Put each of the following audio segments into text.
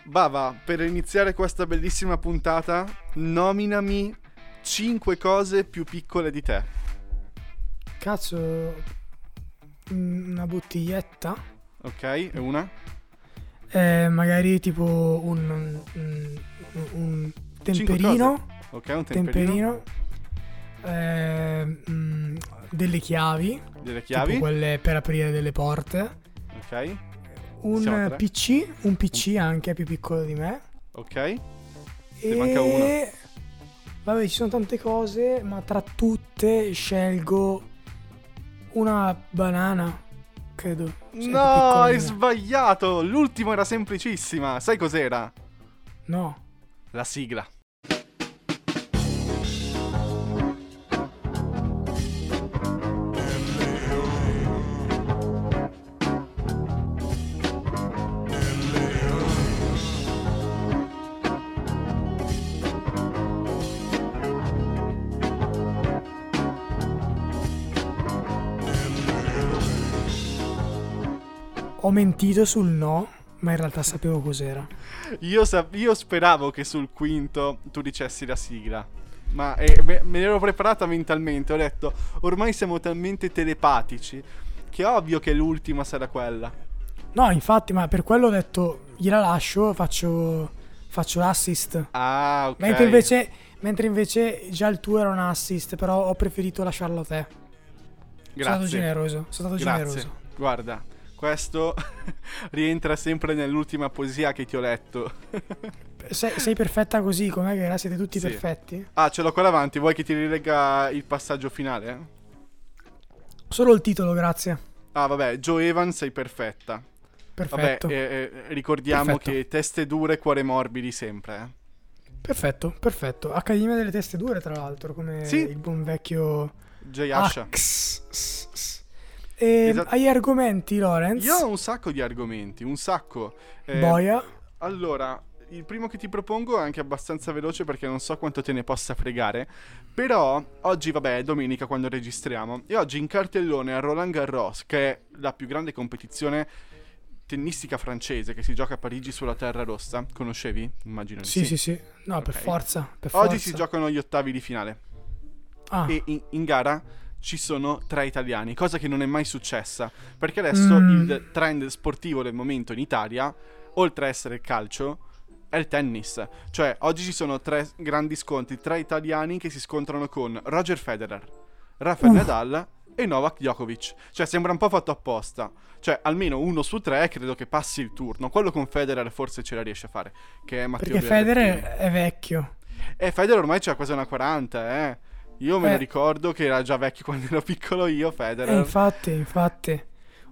Bava, per iniziare questa bellissima puntata, nominami 5 cose più piccole di te. Cazzo, una bottiglietta? Ok, e una? Magari tipo un temperino. Ok, un temperino. Delle chiavi. Delle chiavi. Tipo quelle per aprire delle porte. Ok. Un PC anche più piccolo di me. Ok. Ti manca uno. Vabbè, ci sono tante cose, ma tra tutte scelgo una banana, credo. No, hai sbagliato. L'ultimo era semplicissima. Sai cos'era? No. La sigla. Ho mentito sul no, ma in realtà sapevo cos'era. Io speravo che sul quinto tu dicessi la sigla. Ma me l'ero preparata mentalmente. Ho detto, ormai siamo talmente telepatici che è ovvio che l'ultima sarà quella. No, infatti, ma per quello ho detto, gliela lascio, faccio l'assist. Ah, ok. Mentre invece già il tuo era un assist, però ho preferito lasciarlo a te. Grazie. Sono stato generoso. Guarda, questo rientra sempre nell'ultima poesia che ti ho letto. Sei perfetta così, com'è che era? Siete tutti Sì. perfetti? Ah, ce l'ho qua davanti. Vuoi che ti rilegga il passaggio finale? Solo il titolo, grazie. Ah, vabbè, Joe Evans, sei perfetta. Perfetto. Vabbè, ricordiamo che teste dure, cuore morbidi sempre. Perfetto. Accademia delle teste dure, tra l'altro, come sì. Il buon vecchio Jay Asha. Hai argomenti, Lorenz? Io ho un sacco di argomenti, un sacco. Boia. Allora, il primo che ti propongo è anche abbastanza veloce perché non so quanto te ne possa fregare. Però oggi, vabbè, è domenica quando registriamo. E oggi in cartellone a Roland Garros, che è la più grande competizione tennistica francese che si gioca a Parigi sulla terra rossa. Conoscevi? Immagino di sì. Sì. No, okay. per forza. Oggi si giocano gli ottavi di finale. Ah. E in gara ci sono 3 italiani, cosa che non è mai successa. Perché adesso il trend sportivo del momento in Italia, oltre a essere il calcio, è il tennis. Cioè, oggi ci sono 3 grandi scontri, 3 italiani che si scontrano con Roger Federer, Rafael Nadal e Novak Djokovic. Cioè, sembra un po' fatto apposta. Cioè, almeno 1 su 3 credo che passi il turno. Quello con Federer forse ce la riesce a fare, che è Matteo Perché Federer è vecchio. Federer ormai c'ha quasi una 40, Io me lo ricordo che era già vecchio quando ero piccolo io, Federer. Infatti.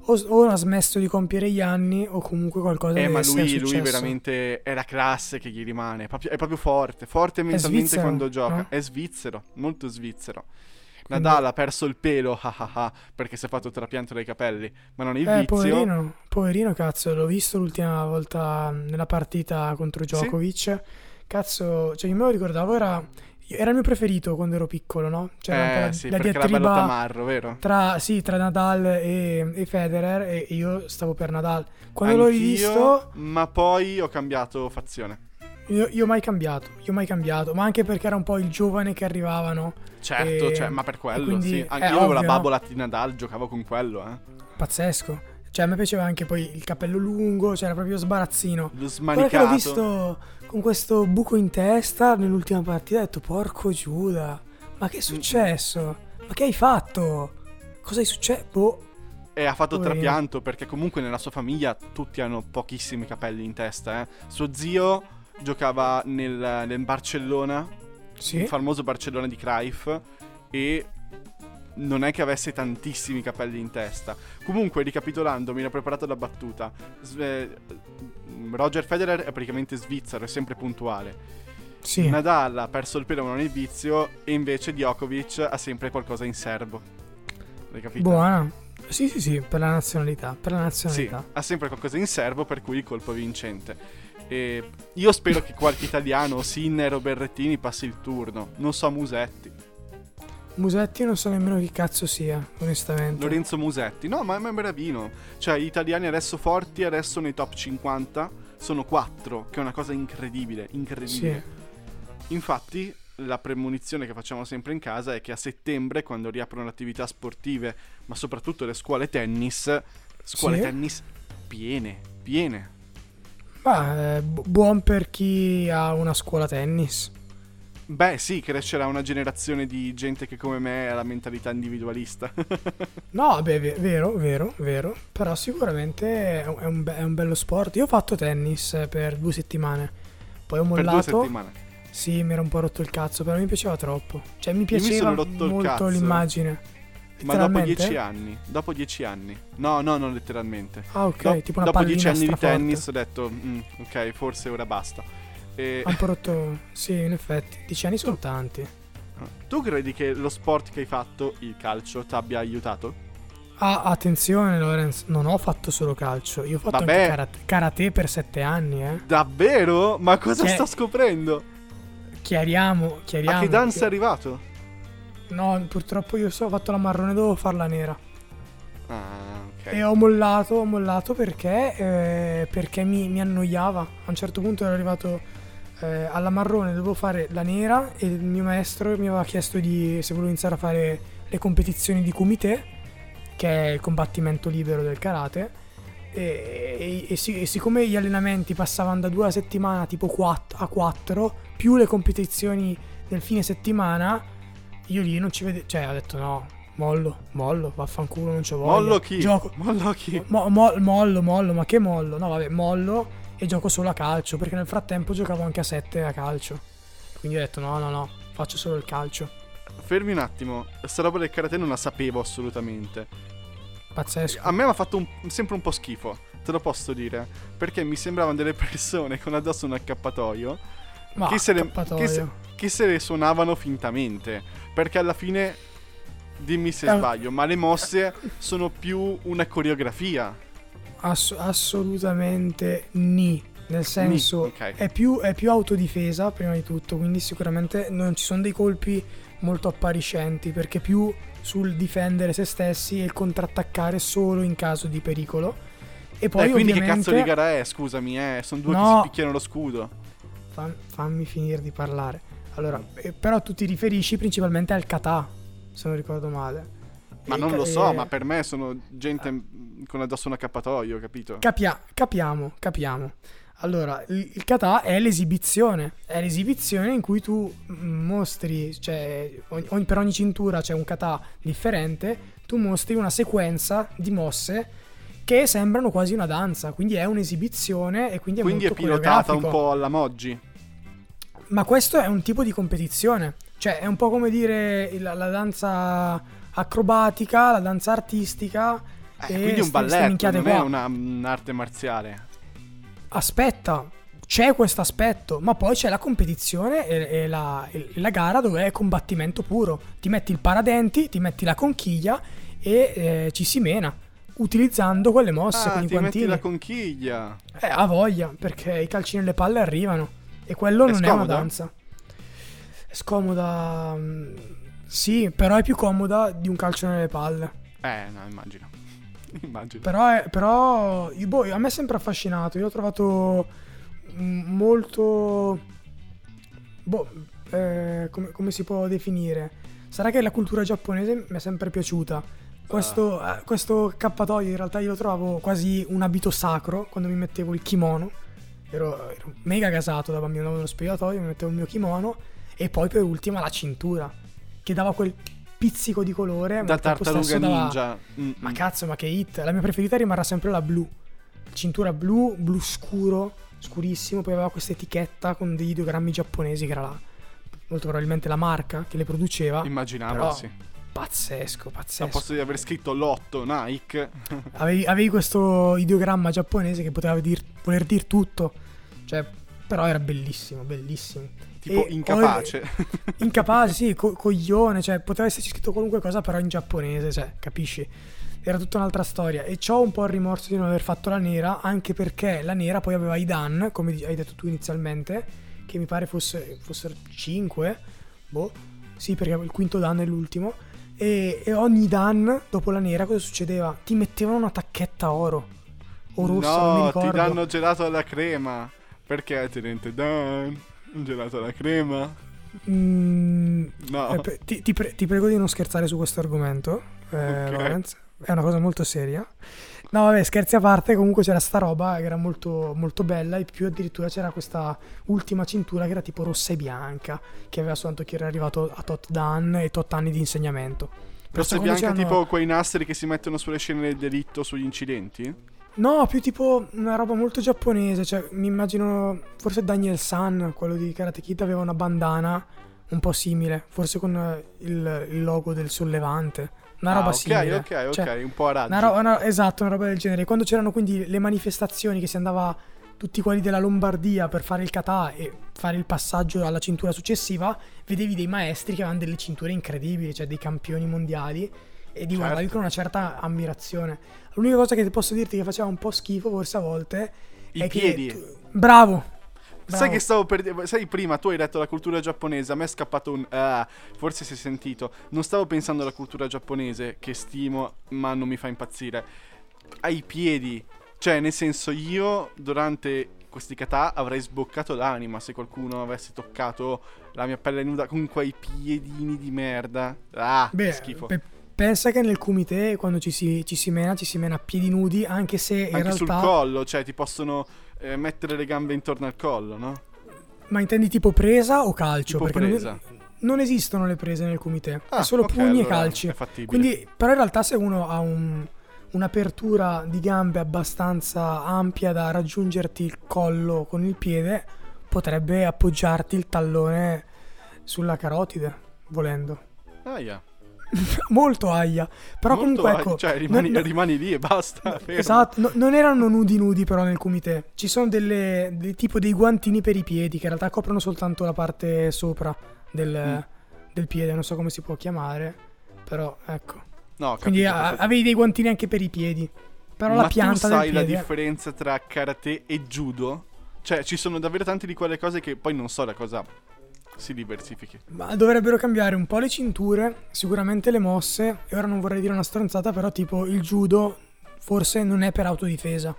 O ha smesso di compiere gli anni o comunque qualcosa che ma sia successo. lui veramente è la classe che gli rimane. È proprio forte mentalmente svizzero, quando gioca. no? È svizzero, molto svizzero. Quindi... Nadal ha perso il pelo, perché si è fatto il trapianto dei capelli. Ma non il vizio. Poverino, cazzo, l'ho visto l'ultima volta nella partita contro Djokovic. Sì? Cazzo, cioè io me lo ricordavo, era il mio preferito quando ero piccolo, no? C'era un po' la perché era bello tamarro, vero? Tra Nadal e Federer, e io stavo per Nadal. Quando l'ho rivisto... Ma poi ho cambiato fazione. Io mai cambiato, ma anche perché era un po' il giovane che arrivavano. Certo, ma per quello, quindi, sì. Anche io avevo la babola di Nadal, giocavo con quello, Pazzesco. Cioè, a me piaceva anche poi il capello lungo, cioè era proprio sbarazzino. Lo smanicato. L'ho visto con questo buco in testa nell'ultima partita, ho detto, porco Giuda, ma che è successo? Ma che hai fatto? Cosa è successo? Boh. E ha fatto trapianto perché comunque nella sua famiglia tutti hanno pochissimi capelli in testa, Suo zio giocava nel Barcellona, il famoso Barcellona di Cruyff, e non è che avesse tantissimi capelli in testa. Comunque, ricapitolando, mi ero preparato la battuta. Roger Federer è praticamente svizzero, è sempre puntuale. Sì. Nadal ha perso il pelo ma non il vizio, e invece Djokovic ha sempre qualcosa in serbo. Hai capito? Buona. Sì, per la nazionalità. Sì, ha sempre qualcosa in serbo, per cui il colpo vincente. E io spero che qualche italiano, Sinner o Berrettini, passi il turno. Non so, Musetti non so nemmeno chi cazzo sia, onestamente. Lorenzo Musetti. No, ma è bravino. Cioè, gli italiani adesso forti, adesso nei top 50, sono 4, che è una cosa incredibile. Sì. Infatti la premonizione che facciamo sempre in casa è che a settembre, quando riaprono le attività sportive, ma soprattutto le scuole tennis piene. Ma buon per chi ha una scuola tennis. Beh sì, crescerà una generazione di gente che come me ha la mentalità individualista. No, beh, vero. Però sicuramente è un bello sport. Io ho fatto tennis per 2 settimane. Poi ho Per 2 mollato. settimane. Sì, mi era un po' rotto il cazzo, però mi piaceva troppo. Cioè, mi Io mi piaceva sono rotto il molto cazzo. l'immagine. Ma dopo Letteralmente? 10 anni. Dopo 10 anni. No, non letteralmente. Ah, ok, tipo una Dopo 10 pallina anni di straforte. tennis ho detto, ok, forse ora basta. E... Ha un po' rotto. Sì, in effetti. 10 anni sono tanti. Tu credi che lo sport che hai fatto, il calcio, ti abbia aiutato? Ah, attenzione, Lorenz, non ho fatto solo calcio. Io ho fatto Vabbè. anche karate per 7 anni, Davvero? Ma cosa Che- sto scoprendo? Chiariamo. A che dan sei arrivato? No, purtroppo io ho fatto la marrone, dovevo farla nera. Ah, ok. E ho mollato perché mi annoiava. A un certo punto ero arrivato alla marrone, dovevo fare la nera e il mio maestro mi aveva chiesto se volevo iniziare a fare le competizioni di kumite, che è il combattimento libero del karate. E siccome gli allenamenti passavano da 2 a settimana tipo 4 a 4 più le competizioni del fine settimana, io lì non ci vedevo, cioè ho detto no, mollo, vaffanculo, non c'ho voglia. Mollo chi? Gioco. Mollo chi? Mollo, ma che mollo? No, vabbè, mollo e gioco solo a calcio, perché nel frattempo giocavo anche a 7 a calcio. Quindi ho detto no, faccio solo il calcio. Fermi un attimo, sta roba del karate non la sapevo assolutamente. Pazzesco. A me mi ha fatto sempre un po' schifo, te lo posso dire, perché mi sembravano delle persone con addosso un accappatoio Ma che accappatoio. che se le suonavano fintamente, perché alla fine, dimmi se Eh. sbaglio, ma le mosse sono più una coreografia. Assolutamente ni. Nel senso, ok. è più autodifesa prima di tutto, quindi sicuramente non ci sono dei colpi molto appariscenti, perché più sul difendere se stessi e il contrattaccare solo in caso di pericolo. E poi Quindi ovviamente, che cazzo di gara è? Scusami, sono due che No. si picchiano lo scudo. fammi finire di parlare. Allora, però tu ti riferisci principalmente al kata, se non ricordo male. Ma non lo so, ma per me sono gente con addosso un accappatoio, capito? Capiamo. Allora, il kata è l'esibizione in cui tu mostri, cioè per ogni cintura c'è un kata differente, tu mostri una sequenza di mosse che sembrano quasi una danza, quindi è un'esibizione e quindi è Quindi è molto pilotata un coreografico. po' alla Moggi. Ma questo è un tipo di competizione, cioè è un po' come dire la danza acrobatica, la danza artistica. E Quindi un ste balletto, minchiate non è qua. un'arte marziale. Aspetta, c'è questo aspetto, ma poi c'è la competizione e la gara dove è combattimento puro. Ti metti il paradenti, ti metti la conchiglia e ci si mena utilizzando quelle mosse con i ti metti guantini. la conchiglia. Ha voglia, perché i calci nelle palle arrivano e quello non è una scomoda? danza. È scomoda, sì, però è più comoda di un calcio nelle palle. No, immagino. Però a me è sempre affascinato. Io l'ho trovato molto come si può definire? Sarà che la cultura giapponese mi è sempre piaciuta. Questo accappatoio in realtà io lo trovavo quasi un abito sacro. Quando mi mettevo il kimono ero mega gasato da bambino, andavo nello spogliatoio, mi mettevo il mio kimono. E poi per ultima la cintura, che dava quel pizzico di colore, ma Da al tempo tartaruga stesso dava... ninja. Ma cazzo, ma che hit. La mia preferita rimarrà sempre la blu. Cintura blu scuro, scurissimo. Poi aveva questa etichetta con degli ideogrammi giapponesi, che era molto probabilmente la marca che le produceva. Immaginavo, Però, sì. Pazzesco. Al posto di aver scritto Lotto, Nike. Avevi questo ideogramma giapponese che poteva voler dire tutto. Cioè, però era bellissimo. Tipo incapace. Incapace, sì, coglione, cioè poteva esserci scritto qualunque cosa però in giapponese, cioè, capisci? Era tutta un'altra storia e c'ho un po' il rimorso di non aver fatto la nera, anche perché la nera poi aveva i dan, come hai detto tu inizialmente, che mi pare fossero 5, sì, perché il quinto dan è l'ultimo, e ogni dan dopo la nera cosa succedeva? Ti mettevano una tacchetta oro. o rossa, non mi No, ricordo. ti danno gelato alla crema. Perché tenente Dan? Un gelato alla crema? No. Ti prego di non scherzare su questo argomento, Ok. Lorenz. È una cosa molto seria. No, vabbè, scherzi a parte, comunque c'era sta roba che era molto, molto bella. E più addirittura c'era questa ultima cintura che era tipo rossa e bianca, che aveva soltanto chi era arrivato a tot dan e tot anni di insegnamento. Rossa e quando bianca, c'erano- tipo quei nastri che si mettono sulle scene del delitto, sugli incidenti? No, più tipo una roba molto giapponese. Cioè, mi immagino forse Daniel San, quello di Karate Kid, aveva una bandana un po' simile, forse con il logo del sollevante. Una roba ok, simile. ok, Cioè, un po' a raggi. esatto, una roba del genere. Quando c'erano quindi le manifestazioni che si andava tutti quelli della Lombardia per fare il kata e fare il passaggio alla cintura successiva, vedevi dei maestri che avevano delle cinture incredibili, cioè dei campioni mondiali, e di guardarli con una certa ammirazione. L'unica cosa che posso dirti che faceva un po' schifo forse a volte I è piedi. che bravo. Sai che stavo per dire? Sai, prima tu hai detto la cultura giapponese, a me è scappato un forse si è sentito. Non stavo pensando alla cultura giapponese, che stimo, ma non mi fa impazzire. Ai piedi. Cioè, nel senso, io durante questi kata avrei sboccato l'anima se qualcuno avesse toccato la mia pelle nuda con quei piedini di merda. Che schifo. Pensa che nel kumite quando ci si mena a piedi nudi, anche se in Anche realtà sul collo, cioè ti possono mettere le gambe intorno al collo, no? Ma intendi tipo presa o calcio? Tipo Perché presa. non esistono le prese nel kumite, è solo ok, pugni e allora calci. è fattibile. Quindi, però in realtà se uno ha un'apertura di gambe abbastanza ampia da raggiungerti il collo con il piede, potrebbe appoggiarti il tallone sulla carotide, volendo. Yeah. Molto aia. Però Molto comunque ecco, cioè rimani lì e basta. Fermo. esatto, non erano nudi però nel kumite. Ci sono tipo dei guantini per i piedi che in realtà coprono soltanto la parte sopra del piede, non so come si può chiamare, però ecco. No, Quindi capito. avevi dei guantini anche per i piedi. Però Ma la pianta tu sai del la piede differenza tra karate e judo? Cioè, ci sono davvero tante di quelle cose che poi non so da cosa si diversifichi. Ma dovrebbero cambiare un po' le cinture, sicuramente le mosse. E ora non vorrei dire una stronzata, però tipo il judo forse non è per autodifesa.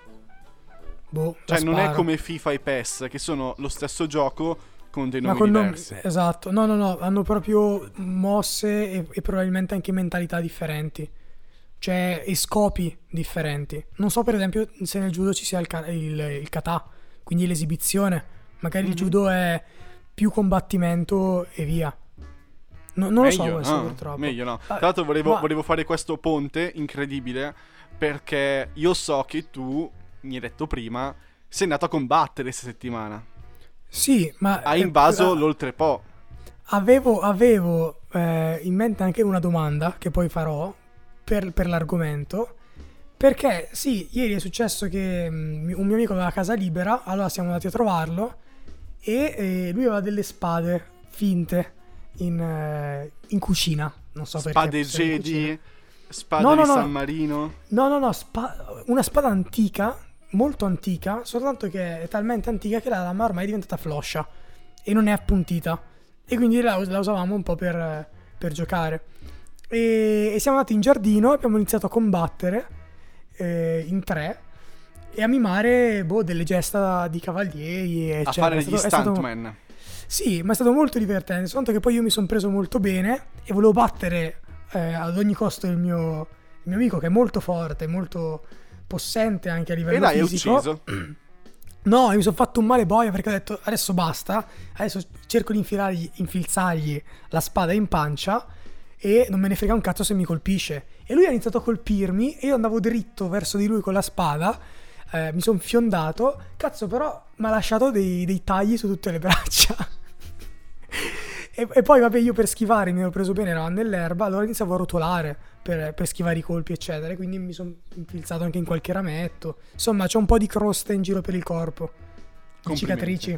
Boh, Cioè, non è sparo. come FIFA e PES, che sono lo stesso gioco con dei Ma nomi con diversi. esatto, no, hanno proprio mosse e probabilmente anche mentalità differenti. Cioè, e scopi differenti. Non so per esempio se nel judo ci sia il kata, quindi l'esibizione. Magari il judo è più combattimento e via. Non lo so questo purtroppo. Meglio no. Tra l'altro volevo fare questo ponte incredibile, perché io so che tu, mi hai detto prima, sei andato a combattere questa settimana. Sì, ma Hai invaso l'oltrepo. avevo in mente anche una domanda che poi farò per l'argomento. Perché sì, ieri è successo che un mio amico aveva casa libera, allora siamo andati a trovarlo e lui aveva delle spade finte in cucina. Non so perché. Spade fosse in cucina. Jedi, spade di San Marino. No, una spada antica, molto antica, soltanto che è talmente antica che la lama ormai è diventata floscia e non è appuntita. E quindi la usavamo un po' per giocare. E siamo andati in giardino e abbiamo iniziato a combattere in 3 e a mimare delle gesta di cavalieri, eccetera. A fare gli stuntman. Sì, ma è stato molto divertente, soltanto che poi io mi sono preso molto bene e volevo battere ad ogni costo il mio amico, che è molto forte, molto possente anche a livello fisico. E l'hai ucciso? No, mi sono fatto un male boia perché ho detto adesso basta, adesso cerco di infilzargli la spada in pancia e non me ne frega un cazzo se mi colpisce. E lui ha iniziato a colpirmi e io andavo dritto verso di lui con la spada, mi sono fiondato, cazzo, però mi ha lasciato dei tagli su tutte le braccia. E poi vabbè, io per schivare mi ero preso bene, eravamo nell'erba, allora iniziavo a rotolare per schivare i colpi eccetera, quindi mi sono infilzato anche in qualche rametto. Insomma, c'è un po' di croste in giro per il corpo, cicatrici.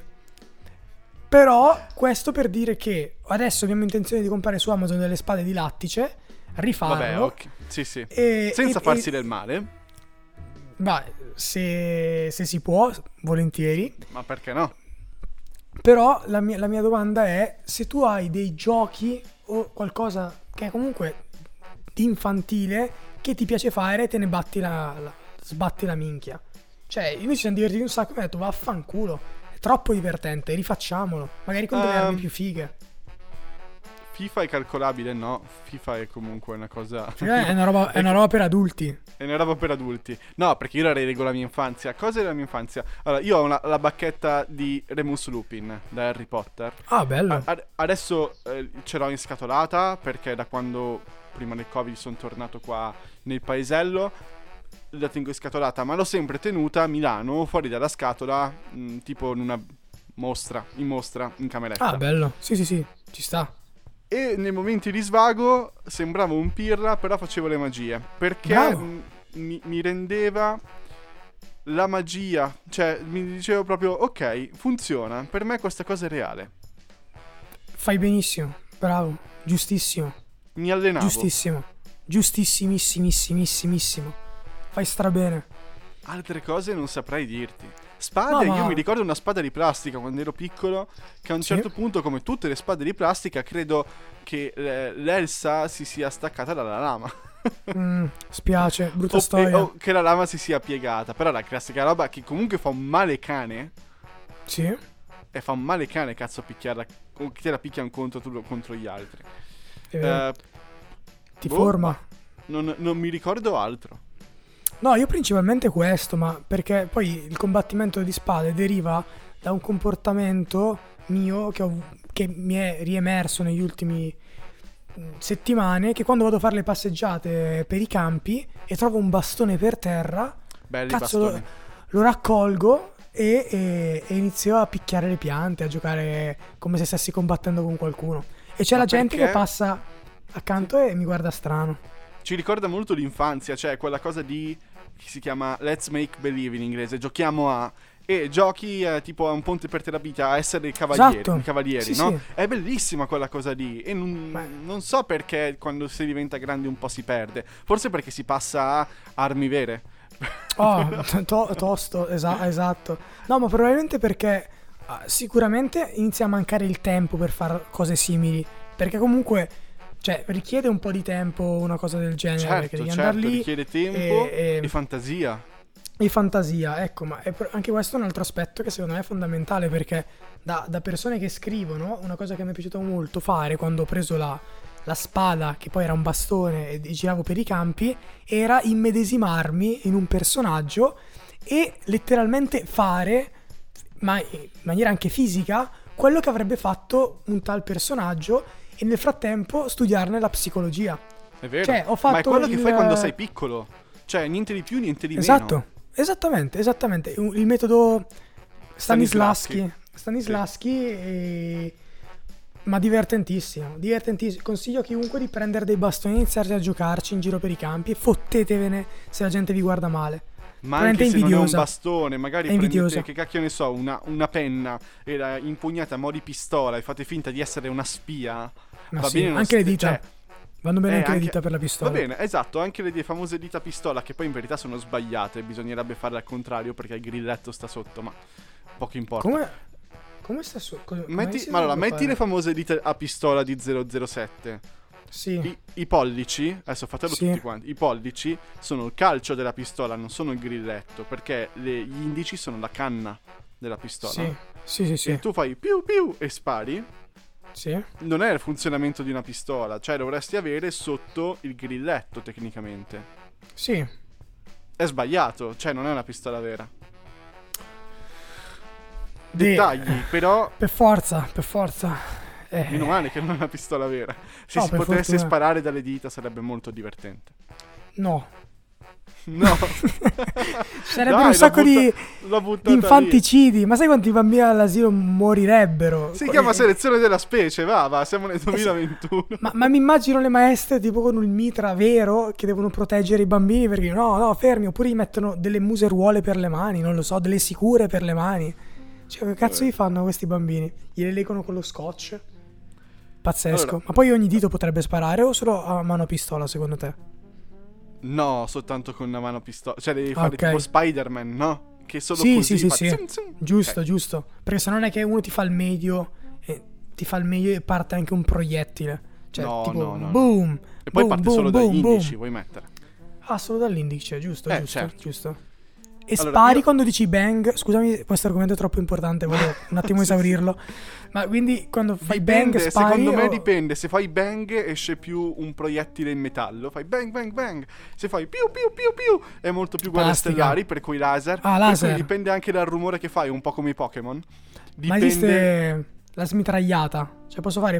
Però questo per dire che adesso abbiamo intenzione di comprare su Amazon delle spade di lattice, rifarlo. Vabbè, ok. Sì. E, senza farsi del male. Beh, se si può, volentieri. Ma perché no? Però la mia domanda è: se tu hai dei giochi o qualcosa che è comunque di infantile che ti piace fare, te ne sbatti la minchia. Cioè, noi ci siamo divertiti un sacco e mi ha detto vaffanculo. È troppo divertente, rifacciamolo. Magari con delle armi più fighe. FIFA è calcolabile? No, FIFA è comunque una cosa... È una roba per adulti. È una roba per adulti. No, perché io la relego la mia infanzia. Cosa è la mia infanzia? Allora, io ho la bacchetta di Remus Lupin da Harry Potter. Ah, bello. Adesso ce l'ho inscatolata perché da quando prima del Covid sono tornato qua nel paesello la tengo inscatolata, ma l'ho sempre tenuta a Milano fuori dalla scatola, tipo in una mostra, in cameretta. Ah, bello. Sì, ci sta. E nei momenti di svago sembravo un pirla, però facevo le magie. Perché mi rendeva la magia. Cioè, mi dicevo proprio, ok, funziona. Per me questa cosa è reale. Fai benissimo. Bravo. Giustissimo. Mi allenavo. Giustissimo. Giustissimissimissimo. Fai strabene. Altre cose non saprei dirti. Spade, io mi ricordo una spada di plastica quando ero piccolo, che a un certo punto, come tutte le spade di plastica, credo che l'Elsa si sia staccata dalla lama. Spiace, brutta storia. O che la lama si sia piegata. Però la classica roba che comunque fa un male cane. Sì. E fa un male cane, cazzo, picchiarla. O che te la picchia un contro gli altri. Ti forma. Non mi ricordo altro. No, io principalmente questo, ma perché poi il combattimento di spade deriva da un comportamento mio che mi è riemerso negli ultimi settimane, che quando vado a fare le passeggiate per i campi e trovo un bastone per terra, belli cazzo, bastoni. lo raccolgo e inizio a picchiare le piante, a giocare come se stessi combattendo con qualcuno. E c'è la gente che passa accanto e mi guarda strano. Ci ricorda molto l'infanzia, cioè quella cosa di... che si chiama Let's Make Believe in inglese. Giochiamo a... e giochi tipo a un ponte per terapia a essere i cavalieri, esatto. I cavalieri, Sì, no? sì. È bellissima quella cosa lì. E non so perché quando si diventa grandi un po' si perde. Forse perché si passa a armi vere. Tosto, esatto. No, ma probabilmente perché sicuramente inizia a mancare il tempo per fare cose simili. Perché comunque... cioè, richiede un po' di tempo una cosa del genere. Certo, perché devi andare lì richiede tempo e fantasia. E fantasia, ecco, ma anche questo è un altro aspetto che secondo me è fondamentale, perché da persone che scrivono, una cosa che mi è piaciuta molto fare quando ho preso la spada, che poi era un bastone e giravo per i campi, era immedesimarmi in un personaggio e letteralmente fare, ma in maniera anche fisica, quello che avrebbe fatto un tal personaggio, e nel frattempo studiarne la psicologia. È vero, cioè, ho fatto ma è quello che fai quando sei piccolo. Cioè, niente di più, niente di meno. Esattamente. Il metodo Stanislavski. Ma divertentissimo. Consiglio a chiunque di prendere dei bastoni e iniziare a giocarci in giro per i campi e fottetevene se la gente vi guarda male. Ma anche se non è un bastone, magari prendete, che cacchio ne so, una penna e la impugnate a mo' di pistola e fate finta di essere una spia. Ma va sì, bene anche le dita. Vanno bene anche le dita per la pistola. Va bene, esatto, anche le famose dita pistola, che poi in verità sono sbagliate, bisognerebbe farle al contrario perché il grilletto sta sotto, ma poco importa. Come sta sotto? Metti le famose dita a pistola di 007. Sì. I pollici, adesso fatelo tutti quanti. I pollici sono il calcio della pistola, non sono il grilletto, perché gli indici sono la canna della pistola. Sì. E tu fai piu piu e spari. Sì. Non è il funzionamento di una pistola, cioè dovresti avere sotto il grilletto tecnicamente. Sì. È sbagliato, cioè non è una pistola vera. Dettagli, però. Per forza. Meno male che non è una pistola vera. Se si potesse sparare dalle dita sarebbe molto divertente. No. Sarebbero un sacco di infanticidi lì. Ma sai quanti bambini all'asilo morirebbero? Si chiama selezione della specie. Va, siamo nel 2021. Ma mi immagino le maestre tipo con il mitra vero che devono proteggere i bambini, perché no, fermi. Oppure gli mettono delle museruole per le mani, non lo so, delle sicure per le mani. Cioè, che cazzo gli fanno questi bambini? Gliele legano con lo scotch? Pazzesco. Allora, ma poi ogni dito potrebbe sparare o solo a mano a pistola, secondo te? No, soltanto con una mano a pistola. Cioè devi fare tipo Spider-Man, no? Che solo così sì. Zum, zum. Giusto. Perché se non è che uno ti fa il medio e parte anche un proiettile. Cioè, no, tipo no. boom. E poi boom, parte boom, solo boom, dagli boom. indici, vuoi mettere? Ah, solo dall'indice, giusto. Certo. Giusto. E Allora, spari io- quando dici bang. Scusami, questo argomento è troppo importante, volevo un attimo Sì, sì. esaurirlo. Ma quindi quando fai bang Dipende, spari secondo me o- dipende. Se fai bang esce più un proiettile in metallo. Fai bang bang bang. Se fai piu piu piu piu è molto più guerre Plastica. stellari, per cui laser. Ah, Per laser. cui dipende anche dal rumore che fai, un po' come i Pokémon. Ma Dipende. esiste la smitragliata? Cioè posso fare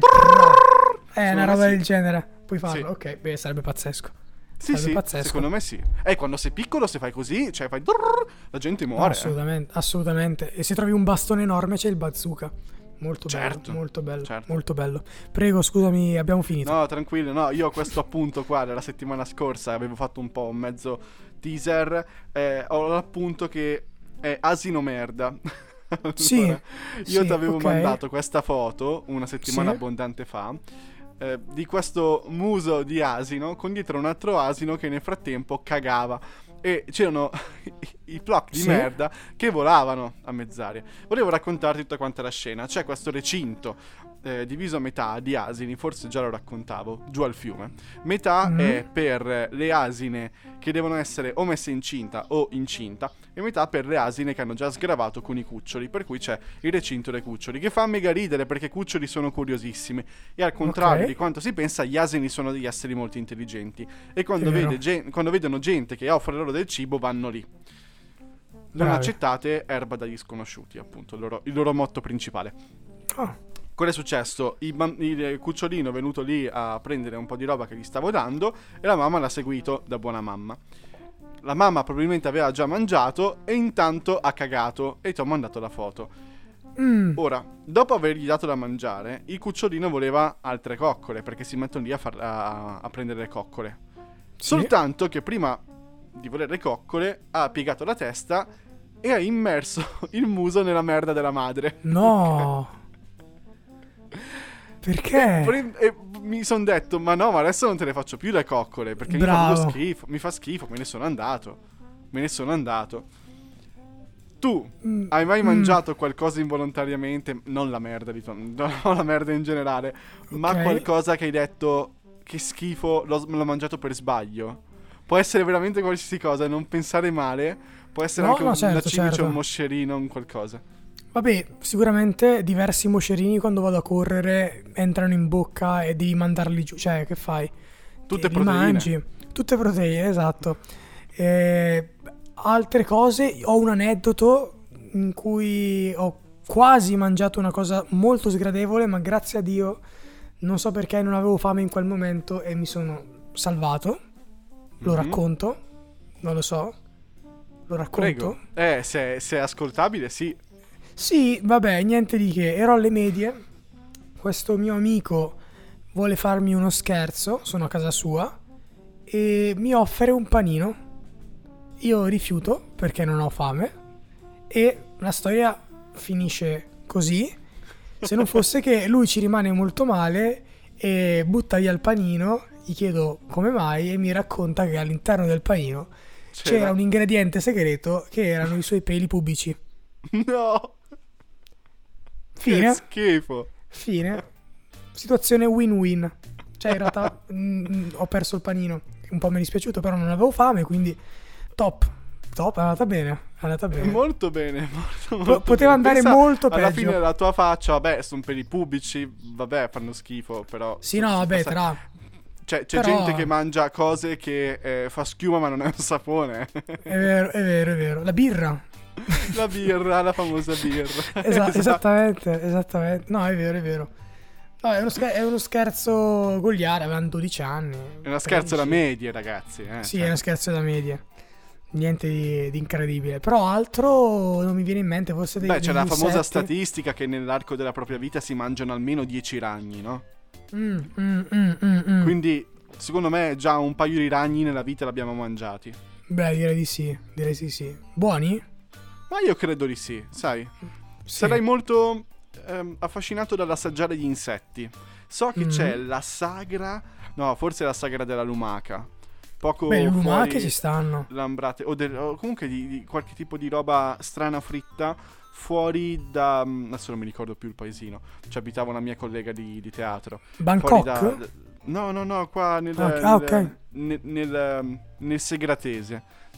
una Secondo me roba sì. del genere? Puoi farlo? Sì. Ok, beh, sarebbe pazzesco. Sì, Sarebbe sì, pazzesco. secondo me sì. Quando sei piccolo, se fai così, cioè fai la gente No, muore. assolutamente, assolutamente. E se trovi un bastone enorme c'è il bazooka. Molto Certo, bello, molto bello, certo. molto bello. Prego, scusami, abbiamo finito. No, tranquillo, no, io ho questo appunto qua della settimana scorsa, avevo fatto un po' un mezzo teaser, ho l'appunto che è asino merda. Sì, Allora, io sì, ti avevo ok. mandato questa foto una settimana Sì. abbondante fa, di questo muso di asino con dietro un altro asino che nel frattempo cagava. E c'erano i flock di Sì. merda che volavano a mezz'aria. Volevo raccontarti tutta quanta la scena. C'è questo recinto diviso a metà di asini, forse già lo raccontavo, giù al fiume. Metà è per le asine che devono essere o messe incinta o incinta, e metà per le asine che hanno già sgravato con i cuccioli, per cui c'è il recinto dei cuccioli, che fa mega ridere perché i cuccioli sono curiosissimi e al contrario Ok. di quanto si pensa, gli asini sono degli esseri molto intelligenti e quando, È vero. quando vedono gente che offre loro del cibo vanno lì. Non Bravi. accettate erba dagli sconosciuti, appunto, il loro motto principale. Ah, Cosa è successo? Il cucciolino è venuto lì a prendere un po' di roba che gli stavo dando e la mamma l'ha seguito da buona mamma. La mamma probabilmente aveva già mangiato e intanto ha cagato e ti ho mandato la foto. Ora, dopo avergli dato da mangiare, il cucciolino voleva altre coccole perché si mettono lì a prendere le coccole. sì. Soltanto che prima di volere le coccole ha piegato la testa e ha immerso il muso nella merda della madre. No. Perché? E mi sono detto, ma no, ma adesso non te le faccio più le coccole perché mi fa Bravo. proprio schifo. Mi fa schifo, me ne sono andato. Me ne sono andato. Tu hai mai mangiato qualcosa involontariamente? Non la merda di non la merda in generale, ma Ok. qualcosa che hai detto che schifo, l'ho mangiato per sbaglio. Può essere veramente qualsiasi cosa, non pensare male. Può essere No, anche no, una certo, cimice, certo. un moscerino, un qualcosa. Vabbè, sicuramente diversi moscerini quando vado a correre entrano in bocca e devi mandarli giù. Cioè, che fai? Tutte Li proteine. mangi. Tutte proteine, esatto. Altre cose, ho un aneddoto in cui ho quasi mangiato una cosa molto sgradevole, ma grazie a Dio non so perché non avevo fame in quel momento e mi sono salvato. Lo racconto? Non lo so. Lo racconto? Prego. Se è ascoltabile, sì. Sì, vabbè, niente di che. Ero alle medie. Questo mio amico vuole farmi uno scherzo. Sono a casa sua e mi offre un panino. Io rifiuto perché non ho fame e la storia finisce così. Se non fosse che lui ci rimane molto male e butta via il panino. Gli chiedo come mai e mi racconta che all'interno del panino c'era un ingrediente segreto che erano i suoi peli pubici. No. Fine. Che schifo. Fine. Situazione win-win. Cioè in realtà ho perso il panino. Un po' mi è dispiaciuto, però non avevo fame, quindi top. Top, è andata bene. È andata bene. Molto bene. Molto Poteva bene. andare Pensa, molto alla peggio. fine la tua faccia, vabbè, sono per i pubblici, vabbè, fanno schifo, però. Sì, no, vabbè, tra. C'è però- gente che mangia cose che fa schiuma ma non è un sapone. È vero, è vero, è vero. La birra. La birra, la famosa birra. Esatto. Esattamente. No, è vero, è vero. No, è uno scherzo goliare, avevano 12 anni. È una scherzo da 13. medie, ragazzi. Sì, è uno scherzo da media. Niente di incredibile. Però altro non mi viene in mente, forse Beh, c'è la degli famosa insetti. statistica che nell'arco della propria vita si mangiano almeno 10 ragni, no? Quindi, secondo me, già un paio di ragni nella vita l'abbiamo mangiati. Beh, direi di sì. Direi di sì. Buoni? Ma io credo di sì, sai. Sì. Sarei molto affascinato dall'assaggiare gli insetti. So che c'è la sagra, no, forse la sagra della lumaca. Poco Beh, le fuori lumache ci stanno. Lambrate o comunque di qualche tipo di roba strana fritta fuori da adesso non mi ricordo più il paesino. Ci abitava una mia collega di teatro. Bangkok? No, qua ok. nel Segratese.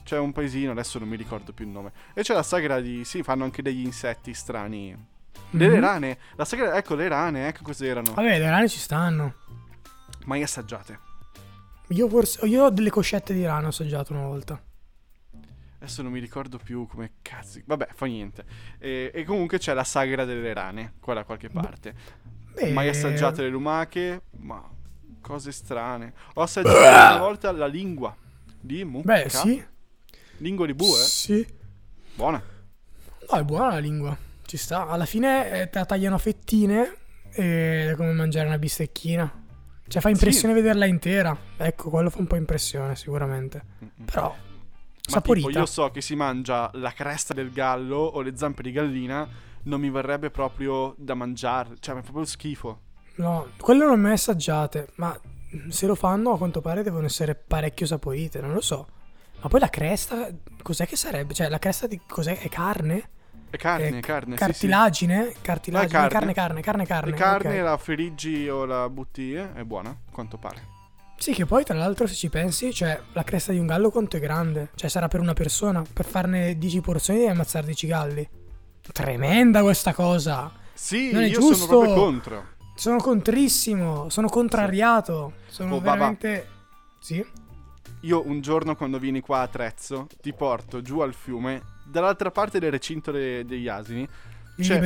C'è un paesino, adesso non mi ricordo più il nome. E c'è la sagra di... Sì, fanno anche degli insetti strani. Delle rane. La sagra... Ecco, le rane, ecco cos'erano. Vabbè, le rane ci stanno. Mai assaggiate? Io ho delle coscette di rana assaggiato una volta. Adesso non mi ricordo più come cazzo. Vabbè, fa niente. E comunque c'è la sagra delle rane, qua da qualche parte. Beh, Mai assaggiate le lumache? Ma cose strane. Ho assaggiato una volta la lingua di mucca. Beh, sì. Lingua di bue? Sì. Buona. No, è buona la lingua. Ci sta. Alla fine te la tagliano a fettine ed è come mangiare una bistecchina. Cioè fa impressione vederla intera. Ecco, quello fa un po' impressione sicuramente. Però saporita. Tipo, io so che si mangia la cresta del gallo o le zampe di gallina, non mi verrebbe proprio da mangiare, cioè è proprio schifo. No, quello non me le assaggiate, ma se lo fanno a quanto pare devono essere parecchio saporite, non lo so. Ma poi la cresta, cos'è che sarebbe? Cioè la cresta di cos'è? È carne? È carne, carne, cartilagine? sì, sì. Cartilagine, carne. Le carne, okay. La friggi o la butti, è buona, a quanto pare. Sì, che poi tra l'altro se ci pensi, cioè la cresta di un gallo quanto è grande? Cioè sarà per una persona, per farne 10 porzioni devi ammazzare 10 galli. Tremenda questa cosa. Sì, non è io giusto. sono proprio contro. Sono contrissimo, sono contrariato. Sono veramente... Sì? Io un giorno quando vieni qua a Trezzo ti porto giù al fiume, dall'altra parte del recinto degli asini c'è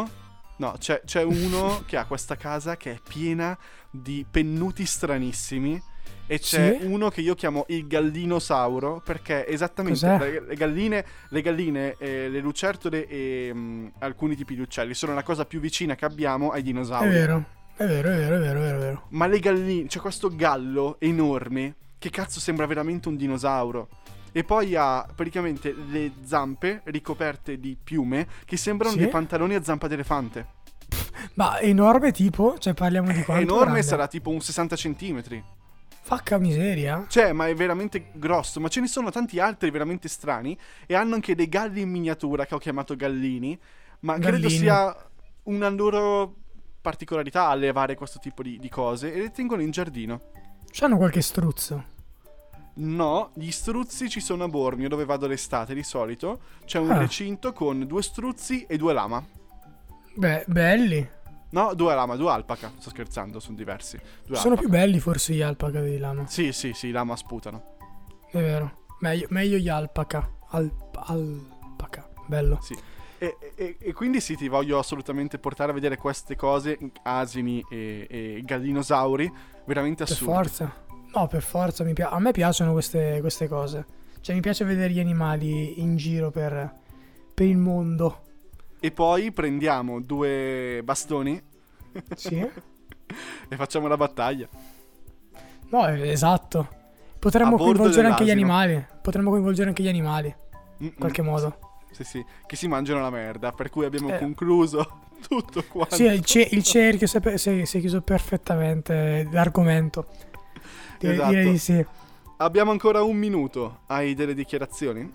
uno che ha questa casa che è piena di pennuti stranissimi e c'è uno che io chiamo il gallinosauro perché esattamente le galline, le lucertole e alcuni tipi di uccelli sono la cosa più vicina che abbiamo ai dinosauri. È vero. Ma le galline, c'è questo gallo enorme che cazzo sembra veramente un dinosauro. E poi ha praticamente le zampe ricoperte di piume che sembrano dei pantaloni a zampa d'elefante. Ma enorme tipo? Cioè parliamo di quanto enorme grande? Sarà tipo un 60 centimetri. Facca miseria. Cioè, ma è veramente grosso. Ma ce ne sono tanti altri veramente strani. E hanno anche dei galli in miniatura che ho chiamato gallini. Ma credo sia una loro particolarità allevare questo tipo di cose. E le tengono in giardino. C'hanno qualche struzzo? No, gli struzzi ci sono a Bormio, dove vado l'estate di solito. C'è un recinto con 2 struzzi e 2 lama. Beh, belli. No, 2 lama, 2 alpaca. Sto scherzando, sono diversi. Sono più belli forse gli alpaca dei lama. Sì, i lama sputano. È vero. Meglio gli alpaca. Alpaca, bello. Sì. E quindi sì, ti voglio assolutamente portare a vedere queste cose, asini e gallinosauri, veramente assurdi. Per forza. No, per forza, a me piacciono queste cose. Cioè mi piace vedere gli animali in giro per il mondo. E poi prendiamo 2 bastoni. Sì. E facciamo la battaglia. No, esatto. Potremmo coinvolgere anche gli animali. In qualche modo. Sì, che si mangiano la merda. Per cui abbiamo concluso tutto quanto. Sì, il cerchio si è chiuso perfettamente l'argomento. Esatto. Direi di sì. Abbiamo ancora 1 minuto. Hai delle dichiarazioni?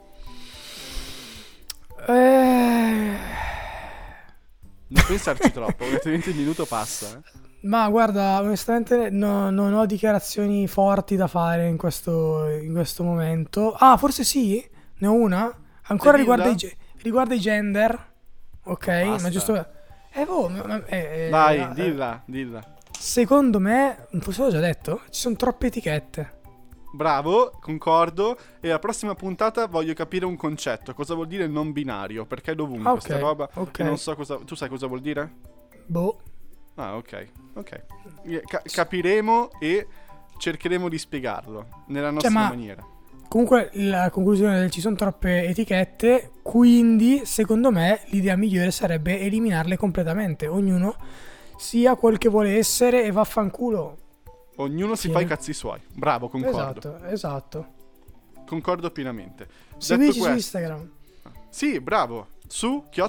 Non pensarci troppo, altrimenti il minuto passa. Ma guarda, onestamente non ho dichiarazioni forti da fare in questo momento. Ah, forse sì, ne ho una. Ancora riguarda i gender. Ok, basta. Ma giusto... Dai, dilla. Secondo me, forse l'ho già detto, ci sono troppe etichette. Bravo, concordo. E la prossima puntata voglio capire un concetto. Cosa vuol dire non binario? Perché è dovunque questa roba. E non so cosa... Tu sai cosa vuol dire? Boh. Ah, ok. Capiremo e cercheremo di spiegarlo nella nostra maniera. Comunque la conclusione è ci sono troppe etichette, quindi secondo me l'idea migliore sarebbe eliminarle completamente. Ognuno sia quel che vuole essere e vaffanculo. Ognuno si fa i cazzi suoi. Bravo, concordo. Esatto. Concordo pienamente. Seguici su Instagram. Sì, bravo. Su @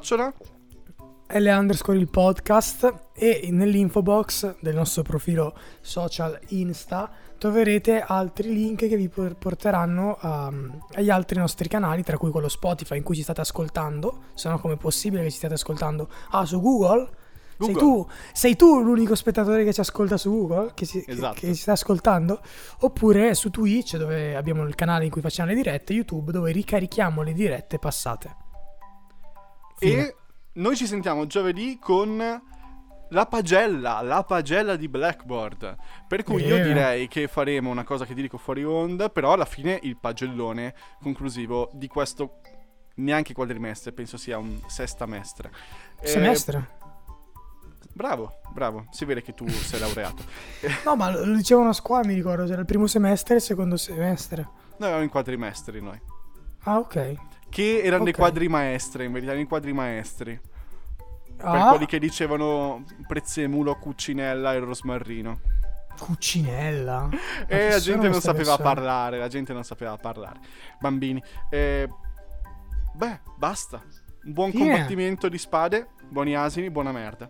L_ il podcast e nell'info box del nostro profilo social Insta troverete altri link che vi porteranno agli altri nostri canali, tra cui quello Spotify in cui ci state ascoltando. Se no, com'è possibile che ci stiate ascoltando su Google? Google. Sei tu l'unico spettatore che ci ascolta su Google, Esatto. che ci sta ascoltando, oppure su Twitch, dove abbiamo il canale in cui facciamo le dirette, YouTube dove ricarichiamo le dirette passate. Fine. E noi ci sentiamo giovedì con la pagella di Blackboard. Per cui io direi che faremo una cosa che ti dico fuori onda, però alla fine il pagellone conclusivo di questo neanche quadrimestre, penso sia un sestamestre. Semestre? Bravo, si vede che tu sei laureato. No, ma lo dicevano a scuola, mi ricordo, c'era il primo semestre e il secondo semestre. Noi avevamo in quadrimestri noi. Ah, ok. Che erano dei Ok. quadrimaestre, in verità, i quadrimaestri. Per Ah, quelli che dicevano Prezzemolo, Cuccinella e Rosmarrino. Cuccinella. Ma E chi la sono gente non queste sapeva persone? parlare, Bambini. Beh, basta. Un buon Fine. combattimento di spade, buoni asini, buona merda.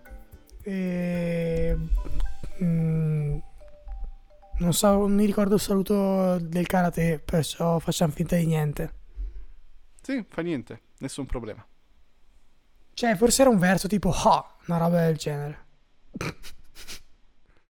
Non so, non mi ricordo il saluto del karate, perciò facciamo finta di niente. Sì, fa niente, nessun problema. Cioè, forse era un verso tipo ha, una roba del genere.